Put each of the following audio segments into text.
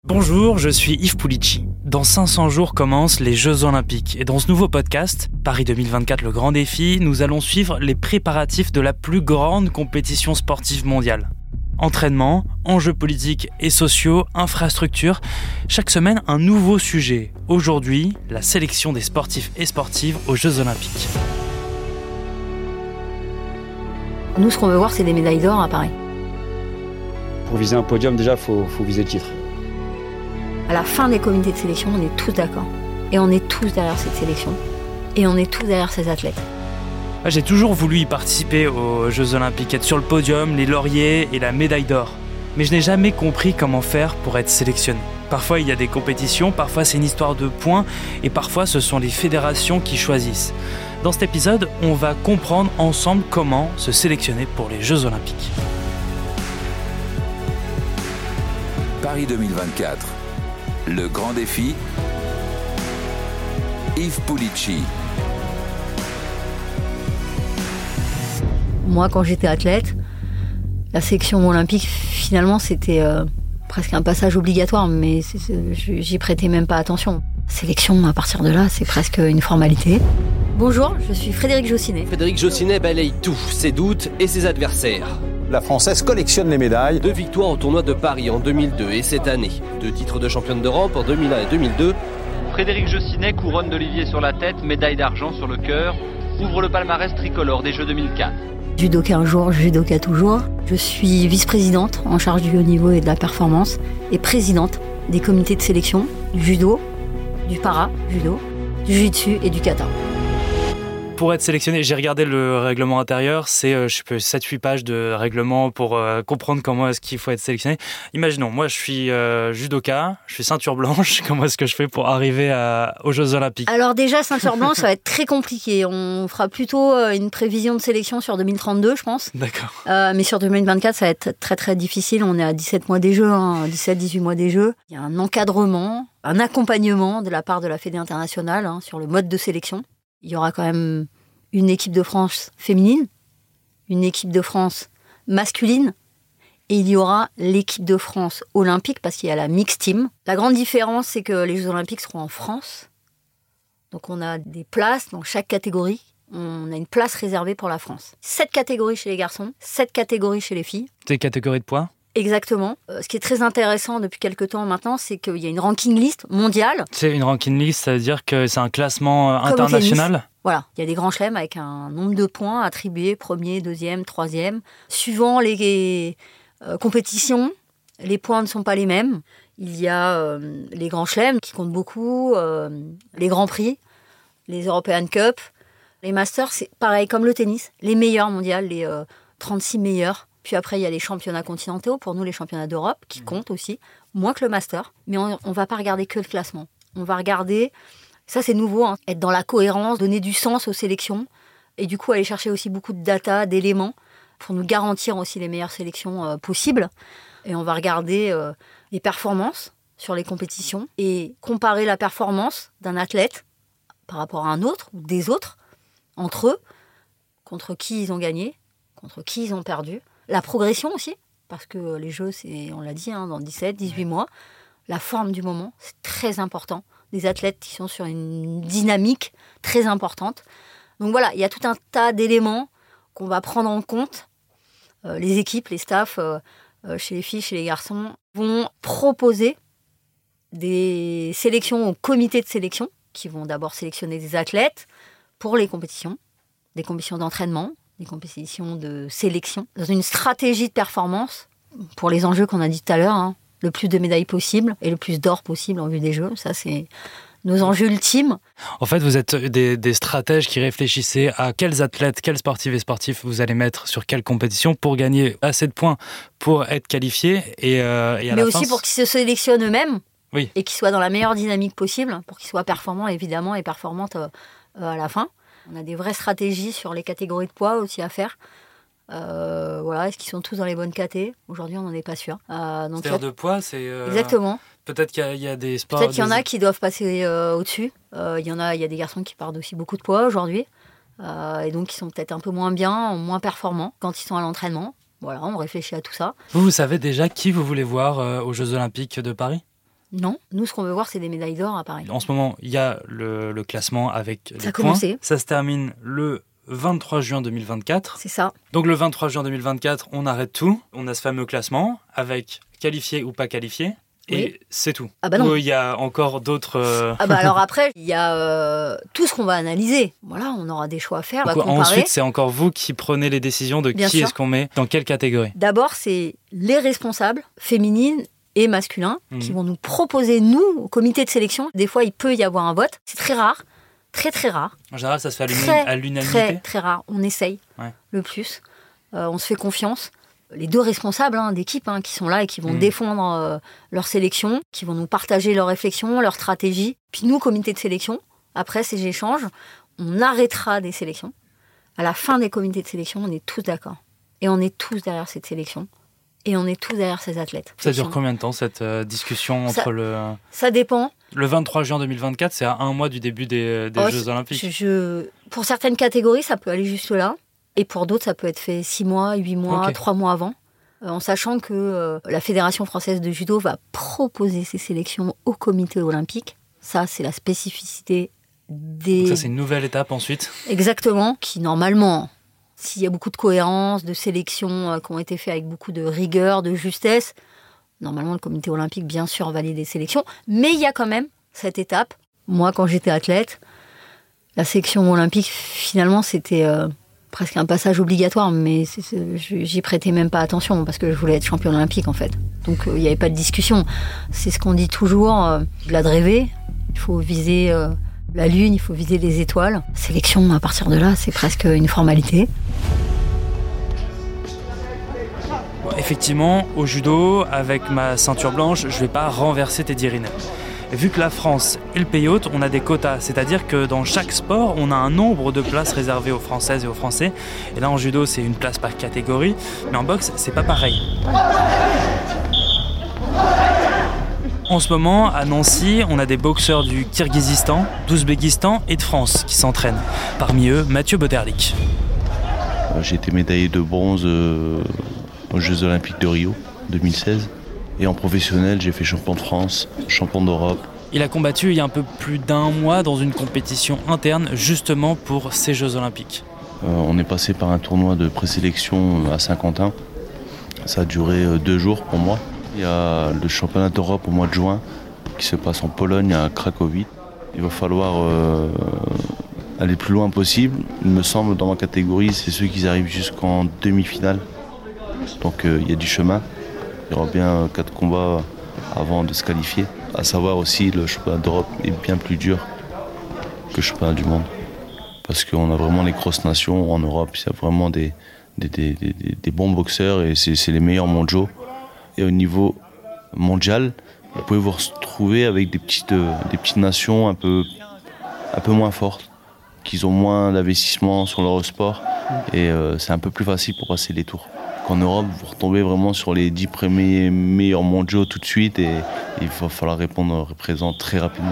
Bonjour, je suis Yves Pulici. Dans 500 jours commencent les Jeux Olympiques. Et dans ce nouveau podcast, Paris 2024, le grand défi, nous allons suivre les préparatifs de la plus grande compétition sportive mondiale. Entraînement, enjeux politiques et sociaux, infrastructures, chaque semaine un nouveau sujet. Aujourd'hui, la sélection des sportifs et sportives aux Jeux Olympiques. Nous, ce qu'on veut voir, c'est des médailles d'or à Paris. Pour viser un podium, déjà, il faut viser le titre. À la fin des comités de sélection, on est tous d'accord. Et on est tous derrière cette sélection. Et on est tous derrière ces athlètes. J'ai toujours voulu y participer aux Jeux Olympiques, être sur le podium, les lauriers et la médaille d'or. Mais je n'ai jamais compris comment faire pour être sélectionné. Parfois, il y a des compétitions, parfois c'est une histoire de points, et parfois ce sont les fédérations qui choisissent. Dans cet épisode, on va comprendre ensemble comment se sélectionner pour les Jeux Olympiques. Paris 2024. Le grand défi, Yves Pulici. Moi, quand j'étais athlète, la sélection olympique, finalement, c'était presque un passage obligatoire, mais j'y prêtais même pas attention. Sélection, à partir de là, c'est presque une formalité. Bonjour, je suis Frédéric Jossinet. Frédéric Jossinet balaye tout, ses doutes et ses adversaires. La Française collectionne les médailles. 2 victoires au tournoi de Paris en 2002 et cette année. 2 titres de championne d'Europe en 2001 et 2002. Frédéric Jossinet, couronne d'olivier sur la tête, médaille d'argent sur le cœur, ouvre le palmarès tricolore des Jeux 2004. Judoka un jour, judoka toujours. Je suis vice-présidente en charge du haut niveau et de la performance et présidente des comités de sélection du judo, du para-judo, du jiu-jitsu et du kata. Pour être sélectionné, j'ai regardé le règlement intérieur, c'est 7-8 pages de règlement pour comprendre comment est-ce qu'il faut être sélectionné. Imaginons, moi je suis judoka, je suis ceinture blanche, comment est-ce que je fais pour arriver aux Jeux Olympiques ? Alors déjà, ceinture blanche, ça va être très compliqué. On fera plutôt une prévision de sélection sur 2032, je pense. D'accord. Mais sur 2024, ça va être très très difficile. On est à 17 mois des Jeux, 17-18 mois des Jeux. Il y a un encadrement, un accompagnement de la part de la Fédé internationale sur le mode de sélection. Il y aura quand même une équipe de France féminine, une équipe de France masculine, et il y aura l'équipe de France olympique, parce qu'il y a la mixed team. La grande différence, c'est que les Jeux olympiques seront en France. Donc on a des places dans chaque catégorie. On a une place réservée pour la France. 7 catégories chez les garçons, 7 catégories chez les filles. Des catégories de poids ? Exactement. Ce qui est très intéressant depuis quelques temps maintenant, c'est qu'il y a une ranking list mondiale. C'est une ranking list, ça veut dire que c'est un classement international ? Voilà, il y a des grands chelems avec un nombre de points attribués, premier, deuxième, troisième. Suivant les compétitions, les points ne sont pas les mêmes. Il y a les grands chelems qui comptent beaucoup, les grands prix, les European Cup, les Masters, c'est pareil comme le tennis. Les meilleurs mondiaux, les 36 meilleurs. Puis après, il y a les championnats continentaux, pour nous les championnats d'Europe, qui comptent aussi, moins que le Master. Mais on ne va pas regarder que le classement. On va regarder, ça c'est nouveau, être dans la cohérence, donner du sens aux sélections, et du coup aller chercher aussi beaucoup de data, d'éléments, pour nous garantir aussi les meilleures sélections possibles. Et on va regarder les performances sur les compétitions, et comparer la performance d'un athlète par rapport à un autre, ou des autres, entre eux, contre qui ils ont gagné, contre qui ils ont perdu. La progression aussi, parce que les Jeux, c'est, on l'a dit, dans 17, 18 mois, la forme du moment, c'est très important. Des athlètes qui sont sur une dynamique très importante. Donc voilà, il y a tout un tas d'éléments qu'on va prendre en compte. Les équipes, les staffs, chez les filles, chez les garçons, vont proposer des sélections au comité de sélection, qui vont d'abord sélectionner des athlètes pour les compétitions, des compétitions d'entraînement, des compétitions de sélection, dans une stratégie de performance pour les enjeux qu'on a dit tout à l'heure, le plus de médailles possible et le plus d'or possible en vue des Jeux. Ça, c'est nos enjeux ultimes. En fait, vous êtes des stratèges qui réfléchissez à quels athlètes, quels sportifs et sportifs vous allez mettre sur quelle compétition pour gagner assez de points pour être qualifiés. Mais aussi pour qu'ils se sélectionnent eux-mêmes, oui. Et qu'ils soient dans la meilleure dynamique possible, pour qu'ils soient performants, évidemment, et performantes à la fin. On a des vraies stratégies sur les catégories de poids aussi à faire. Est-ce qu'ils sont tous dans les bonnes catés ? Aujourd'hui, on n'en est pas sûr. C'est-à-dire de poids, c'est... Exactement. Peut-être qu'il y a des sports... Peut-être qu'il y en a qui doivent passer au-dessus. Il y a des garçons qui perdent aussi beaucoup de poids aujourd'hui. Et donc, ils sont peut-être un peu moins bien, moins performants quand ils sont à l'entraînement. Voilà, on réfléchit à tout ça. Vous savez déjà qui vous voulez voir aux Jeux Olympiques de Paris ? Non, nous, ce qu'on veut voir, c'est des médailles d'or à Paris. En ce moment, il y a le classement avec les Ça a points. commencé. Ça se termine le 23 juin 2024. C'est ça. Donc le 23 juin 2024, on arrête tout. On a ce fameux classement avec qualifié ou pas qualifié. Et Oui. c'est tout. Ah bah non. Ou il y a encore d'autres... Ah bah alors après, il y a tout ce qu'on va analyser. Voilà, on aura des choix à faire, on va Donc, comparer. ensuite, c'est encore vous qui prenez les décisions de Bien qui sûr. est-ce qu'on met dans quelle catégorie. D'abord, c'est les responsables féminines et masculins qui vont nous proposer, nous, au comité de sélection. Des fois, il peut y avoir un vote. C'est très rare. Très, très rare. En général, ça se fait à Très, l'unanimité. très rare. On essaye Ouais. le plus. On se fait confiance. Les deux responsables d'équipe qui sont là et qui vont défendre leur sélection, qui vont nous partager leurs réflexions, leurs stratégies. Puis nous, comité de sélection, après ces échanges, on arrêtera des sélections. À la fin des comités de sélection, on est tous d'accord. Et on est tous derrière cette sélection. Et on est tous derrière ces athlètes. Ça dure combien de temps, cette discussion entre Ça dépend. Le 23 juin 2024, c'est à un mois du début des Jeux Olympiques. Pour certaines catégories, ça peut aller juste là. Et pour d'autres, ça peut être fait 6 mois, 8 mois, 3 mois avant. En sachant que la Fédération française de judo va proposer ses sélections au comité olympique. Ça, c'est la spécificité des... Donc ça, c'est une nouvelle étape ensuite. Exactement. Qui, normalement, s'il y a beaucoup de cohérence, de sélections qui ont été faites avec beaucoup de rigueur, de justesse, normalement, le comité olympique, bien sûr, valide les sélections. Mais il y a quand même cette étape. Moi, quand j'étais athlète, la sélection olympique, finalement, c'était... presque un passage obligatoire, mais j'y prêtais même pas attention parce que je voulais être championne olympique en fait. Donc il n'y avait pas de discussion. C'est ce qu'on dit toujours, au-delà de rêver, il faut viser la lune, il faut viser les étoiles. Sélection, à partir de là, c'est presque une formalité. Effectivement, au judo, avec ma ceinture blanche, je vais pas renverser Teddy Riner. Vu que la France est le pays hôte, on a des quotas, c'est-à-dire que dans chaque sport, on a un nombre de places réservées aux Françaises et aux Français. Et là, en judo, c'est une place par catégorie, mais en boxe, c'est pas pareil. En ce moment, à Nancy, on a des boxeurs du Kirghizistan, d'Ouzbékistan et de France qui s'entraînent. Parmi eux, Mathieu Boderlich. J'ai été médaillé de bronze aux Jeux Olympiques de Rio 2016. Et en professionnel, j'ai fait champion de France, champion d'Europe. Il a combattu il y a un peu plus d'un mois dans une compétition interne, justement pour ces Jeux Olympiques. On est passé par un tournoi de présélection à Saint-Quentin. Ça a duré 2 jours pour moi. Il y a le championnat d'Europe au mois de juin qui se passe en Pologne, à Cracovie. Il va falloir aller le plus loin possible. Il me semble, dans ma catégorie, c'est ceux qui arrivent jusqu'en demi-finale. Donc il y a du chemin. Il y aura bien 4 combats avant de se qualifier. À savoir aussi, le championnat d'Europe est bien plus dur que le championnat du monde. Parce qu'on a vraiment les grosses nations en Europe. Il y a vraiment des bons boxeurs et c'est les meilleurs mondiaux. Et au niveau mondial, vous pouvez vous retrouver avec des petites nations un peu moins fortes, qui ont moins d'investissement sur leur sport. Et c'est un peu plus facile pour passer les tours. En Europe, vous retombez vraiment sur les 10 premiers meilleurs mondiaux tout de suite et il va falloir répondre présent très rapidement.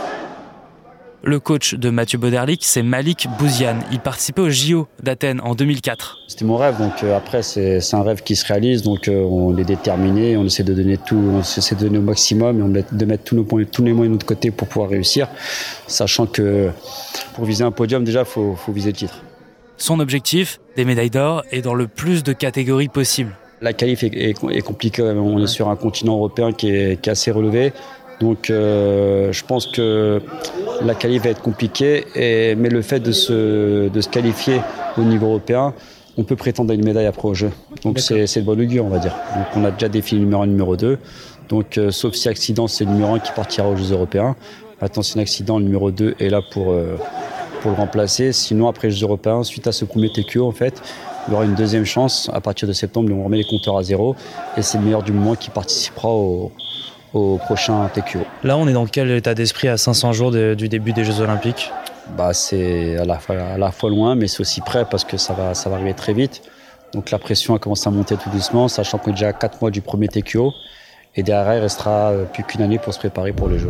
Le coach de Mathieu Boderlich, c'est Malik Bouziane. Il participait au JO d'Athènes en 2004. C'était mon rêve, donc après c'est un rêve qui se réalise, donc on est déterminé, on essaie de donner tout, on essaie de donner au maximum et de mettre tous les moyens de notre côté pour pouvoir réussir, sachant que pour viser un podium déjà, faut viser le titre. Son objectif, des médailles d'or et dans le plus de catégories possible. La qualif est compliquée, on est sur un continent européen qui est assez relevé, donc je pense que la qualif va être compliquée, mais le fait de se qualifier au niveau européen, on peut prétendre à une médaille après au jeu. Donc c'est de bonne augure, on va dire. Donc on a déjà défini le numéro 1 et le numéro 2, donc sauf si accident, c'est le numéro 1 qui partira aux Jeux européens. Maintenant, si un accident, le numéro 2 est là pour le remplacer. Sinon, après les Jeux européens, suite à ce premier TQO, en fait, il y aura une deuxième chance. À partir de septembre, on remet les compteurs à 0 et c'est le meilleur du moment qui participera au prochain TQO. Là, on est dans quel état d'esprit à 500 jours du début des Jeux Olympiques ? C'est à la fois loin, mais c'est aussi prêt parce que ça va arriver très vite. Donc la pression a commencé à monter tout doucement, sachant qu'on est déjà à 4 mois du premier TQO. Et derrière, il restera plus qu'une année pour se préparer pour les Jeux.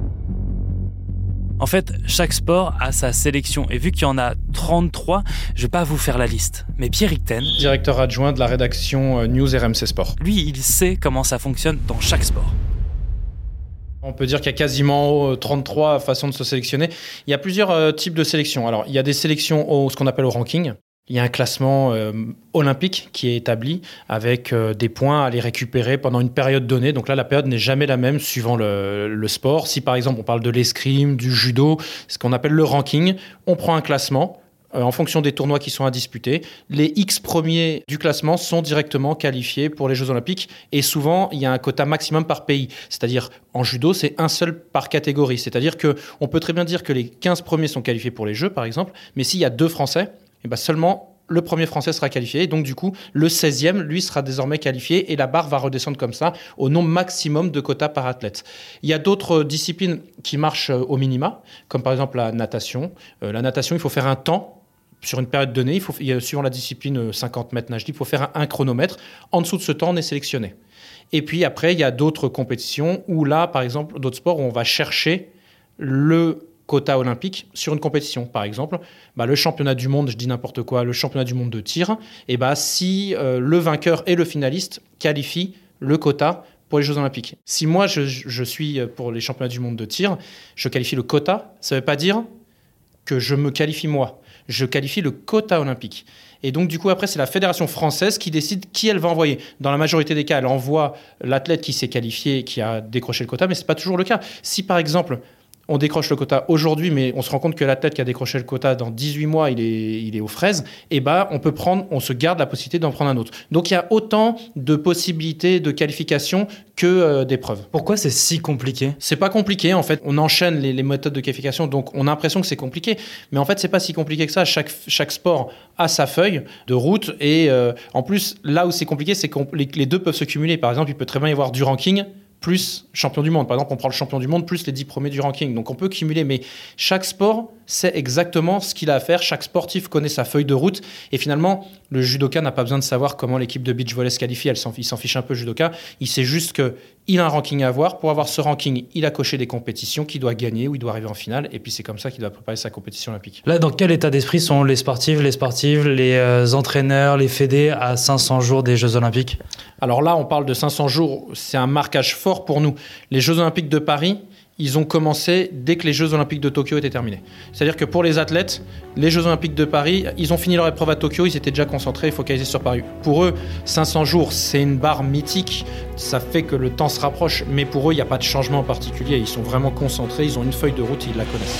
En fait, chaque sport a sa sélection. Et vu qu'il y en a 33, je vais pas vous faire la liste. Mais Pierre Icten, directeur adjoint de la rédaction News RMC Sport. Lui, il sait comment ça fonctionne dans chaque sport. On peut dire qu'il y a quasiment 33 façons de se sélectionner. Il y a plusieurs types de sélections. Alors, il y a des sélections ce qu'on appelle au ranking. Il y a un classement olympique qui est établi avec des points à les récupérer pendant une période donnée. Donc là, la période n'est jamais la même suivant le sport. Si par exemple, on parle de l'escrime, du judo, ce qu'on appelle le ranking, on prend un classement. En fonction des tournois qui sont à disputer, les X premiers du classement sont directement qualifiés pour les Jeux Olympiques et souvent il y a un quota maximum par pays, c'est-à-dire en judo c'est un seul par catégorie, c'est-à-dire qu'on peut très bien dire que les 15 premiers sont qualifiés pour les Jeux par exemple, mais s'il y a 2 Français, et ben seulement le premier Français sera qualifié et donc du coup le 16e lui sera désormais qualifié et la barre va redescendre comme ça au nombre maximum de quotas par athlète. Il y a d'autres disciplines qui marchent au minima, comme par exemple la natation. La natation, il faut faire un temps sur une période donnée, suivant la discipline 50 mètres nage libre, il faut faire un chronomètre. En dessous de ce temps, on est sélectionné. Et puis après, il y a d'autres compétitions où là, par exemple, d'autres sports où on va chercher le quota olympique sur une compétition. Par exemple, le championnat du monde, je dis n'importe quoi, le championnat du monde de tir, et si le vainqueur et le finaliste qualifient le quota pour les Jeux Olympiques. Si moi, je suis pour les championnats du monde de tir, je qualifie le quota, ça ne veut pas dire que je me qualifie moi. Je qualifie le quota olympique. Et donc, du coup, après, c'est la fédération française qui décide qui elle va envoyer. Dans la majorité des cas, elle envoie l'athlète qui s'est qualifié, qui a décroché le quota, mais ce n'est pas toujours le cas. Si, par exemple, on décroche le quota aujourd'hui, mais on se rend compte que l'athlète qui a décroché le quota dans 18 mois, il est aux fraises, on se garde la possibilité d'en prendre un autre. Donc, il y a autant de possibilités de qualification que d'épreuves. Pourquoi c'est si compliqué ? C'est pas compliqué, en fait. On enchaîne les méthodes de qualification, donc on a l'impression que c'est compliqué. Mais en fait, c'est pas si compliqué que ça. Chaque sport a sa feuille de route. Et en plus, là où c'est compliqué, c'est que les deux peuvent se cumuler. Par exemple, il peut très bien y avoir du ranking plus champion du monde. Par exemple, on prend le champion du monde plus les 10 premiers du ranking. Donc, on peut cumuler. Mais chaque sport sait exactement ce qu'il a à faire. Chaque sportif connaît sa feuille de route. Et finalement, le judoka n'a pas besoin de savoir comment l'équipe de beach volley se qualifie. Il s'en fiche un peu, le judoka. Il sait juste qu'il a un ranking à avoir. Pour avoir ce ranking, il a coché des compétitions qu'il doit gagner ou il doit arriver en finale. Et puis, c'est comme ça qu'il doit préparer sa compétition olympique. Là, dans quel état d'esprit sont les sportives, les entraîneurs, les fédés à 500 jours des Jeux Olympiques ? Alors là, on parle de 500 jours. C'est un marquage fort pour nous. Les Jeux Olympiques de Paris, ils ont commencé dès que les Jeux Olympiques de Tokyo étaient terminés. C'est-à-dire que pour les athlètes, les Jeux Olympiques de Paris, ils ont fini leur épreuve à Tokyo, ils étaient déjà concentrés, focalisés sur Paris. Pour eux, 500 jours, c'est une barre mythique, ça fait que le temps se rapproche, mais pour eux, il n'y a pas de changement en particulier, ils sont vraiment concentrés, ils ont une feuille de route, ils la connaissent.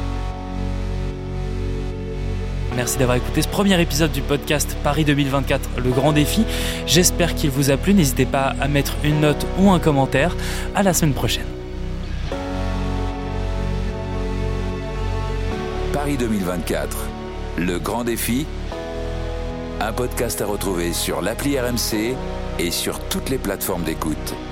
Merci d'avoir écouté ce premier épisode du podcast Paris 2024, le grand défi. J'espère qu'il vous a plu, n'hésitez pas à mettre une note ou un commentaire. À la semaine prochaine. Paris 2024, le grand défi, un podcast à retrouver sur l'appli RMC et sur toutes les plateformes d'écoute.